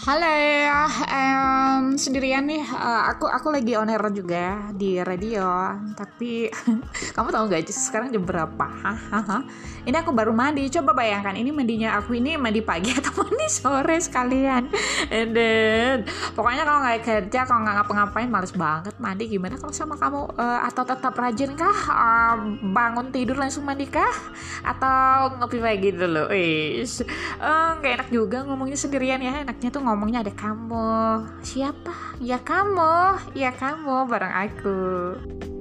Halo, sendirian nih. Aku lagi on air juga di radio. Tapi kamu tahu nggak sekarang jam berapa? Hahaha. Ini aku baru mandi. Coba bayangkan ini mandinya aku ini mandi pagi atau mandi sore sekalian. And then, pokoknya kalau nggak kerja, kalau nggak ngapa-ngapain, males banget mandi. Gimana kalau sama kamu? Atau tetap rajin kah? Bangun tidur langsung mandi kah? Atau ngopi pagi dulu? Nggak enak juga ngomongnya sendirian ya. Enaknya tuh ngomongnya ada kamu. Siapa? Ya kamu bareng aku.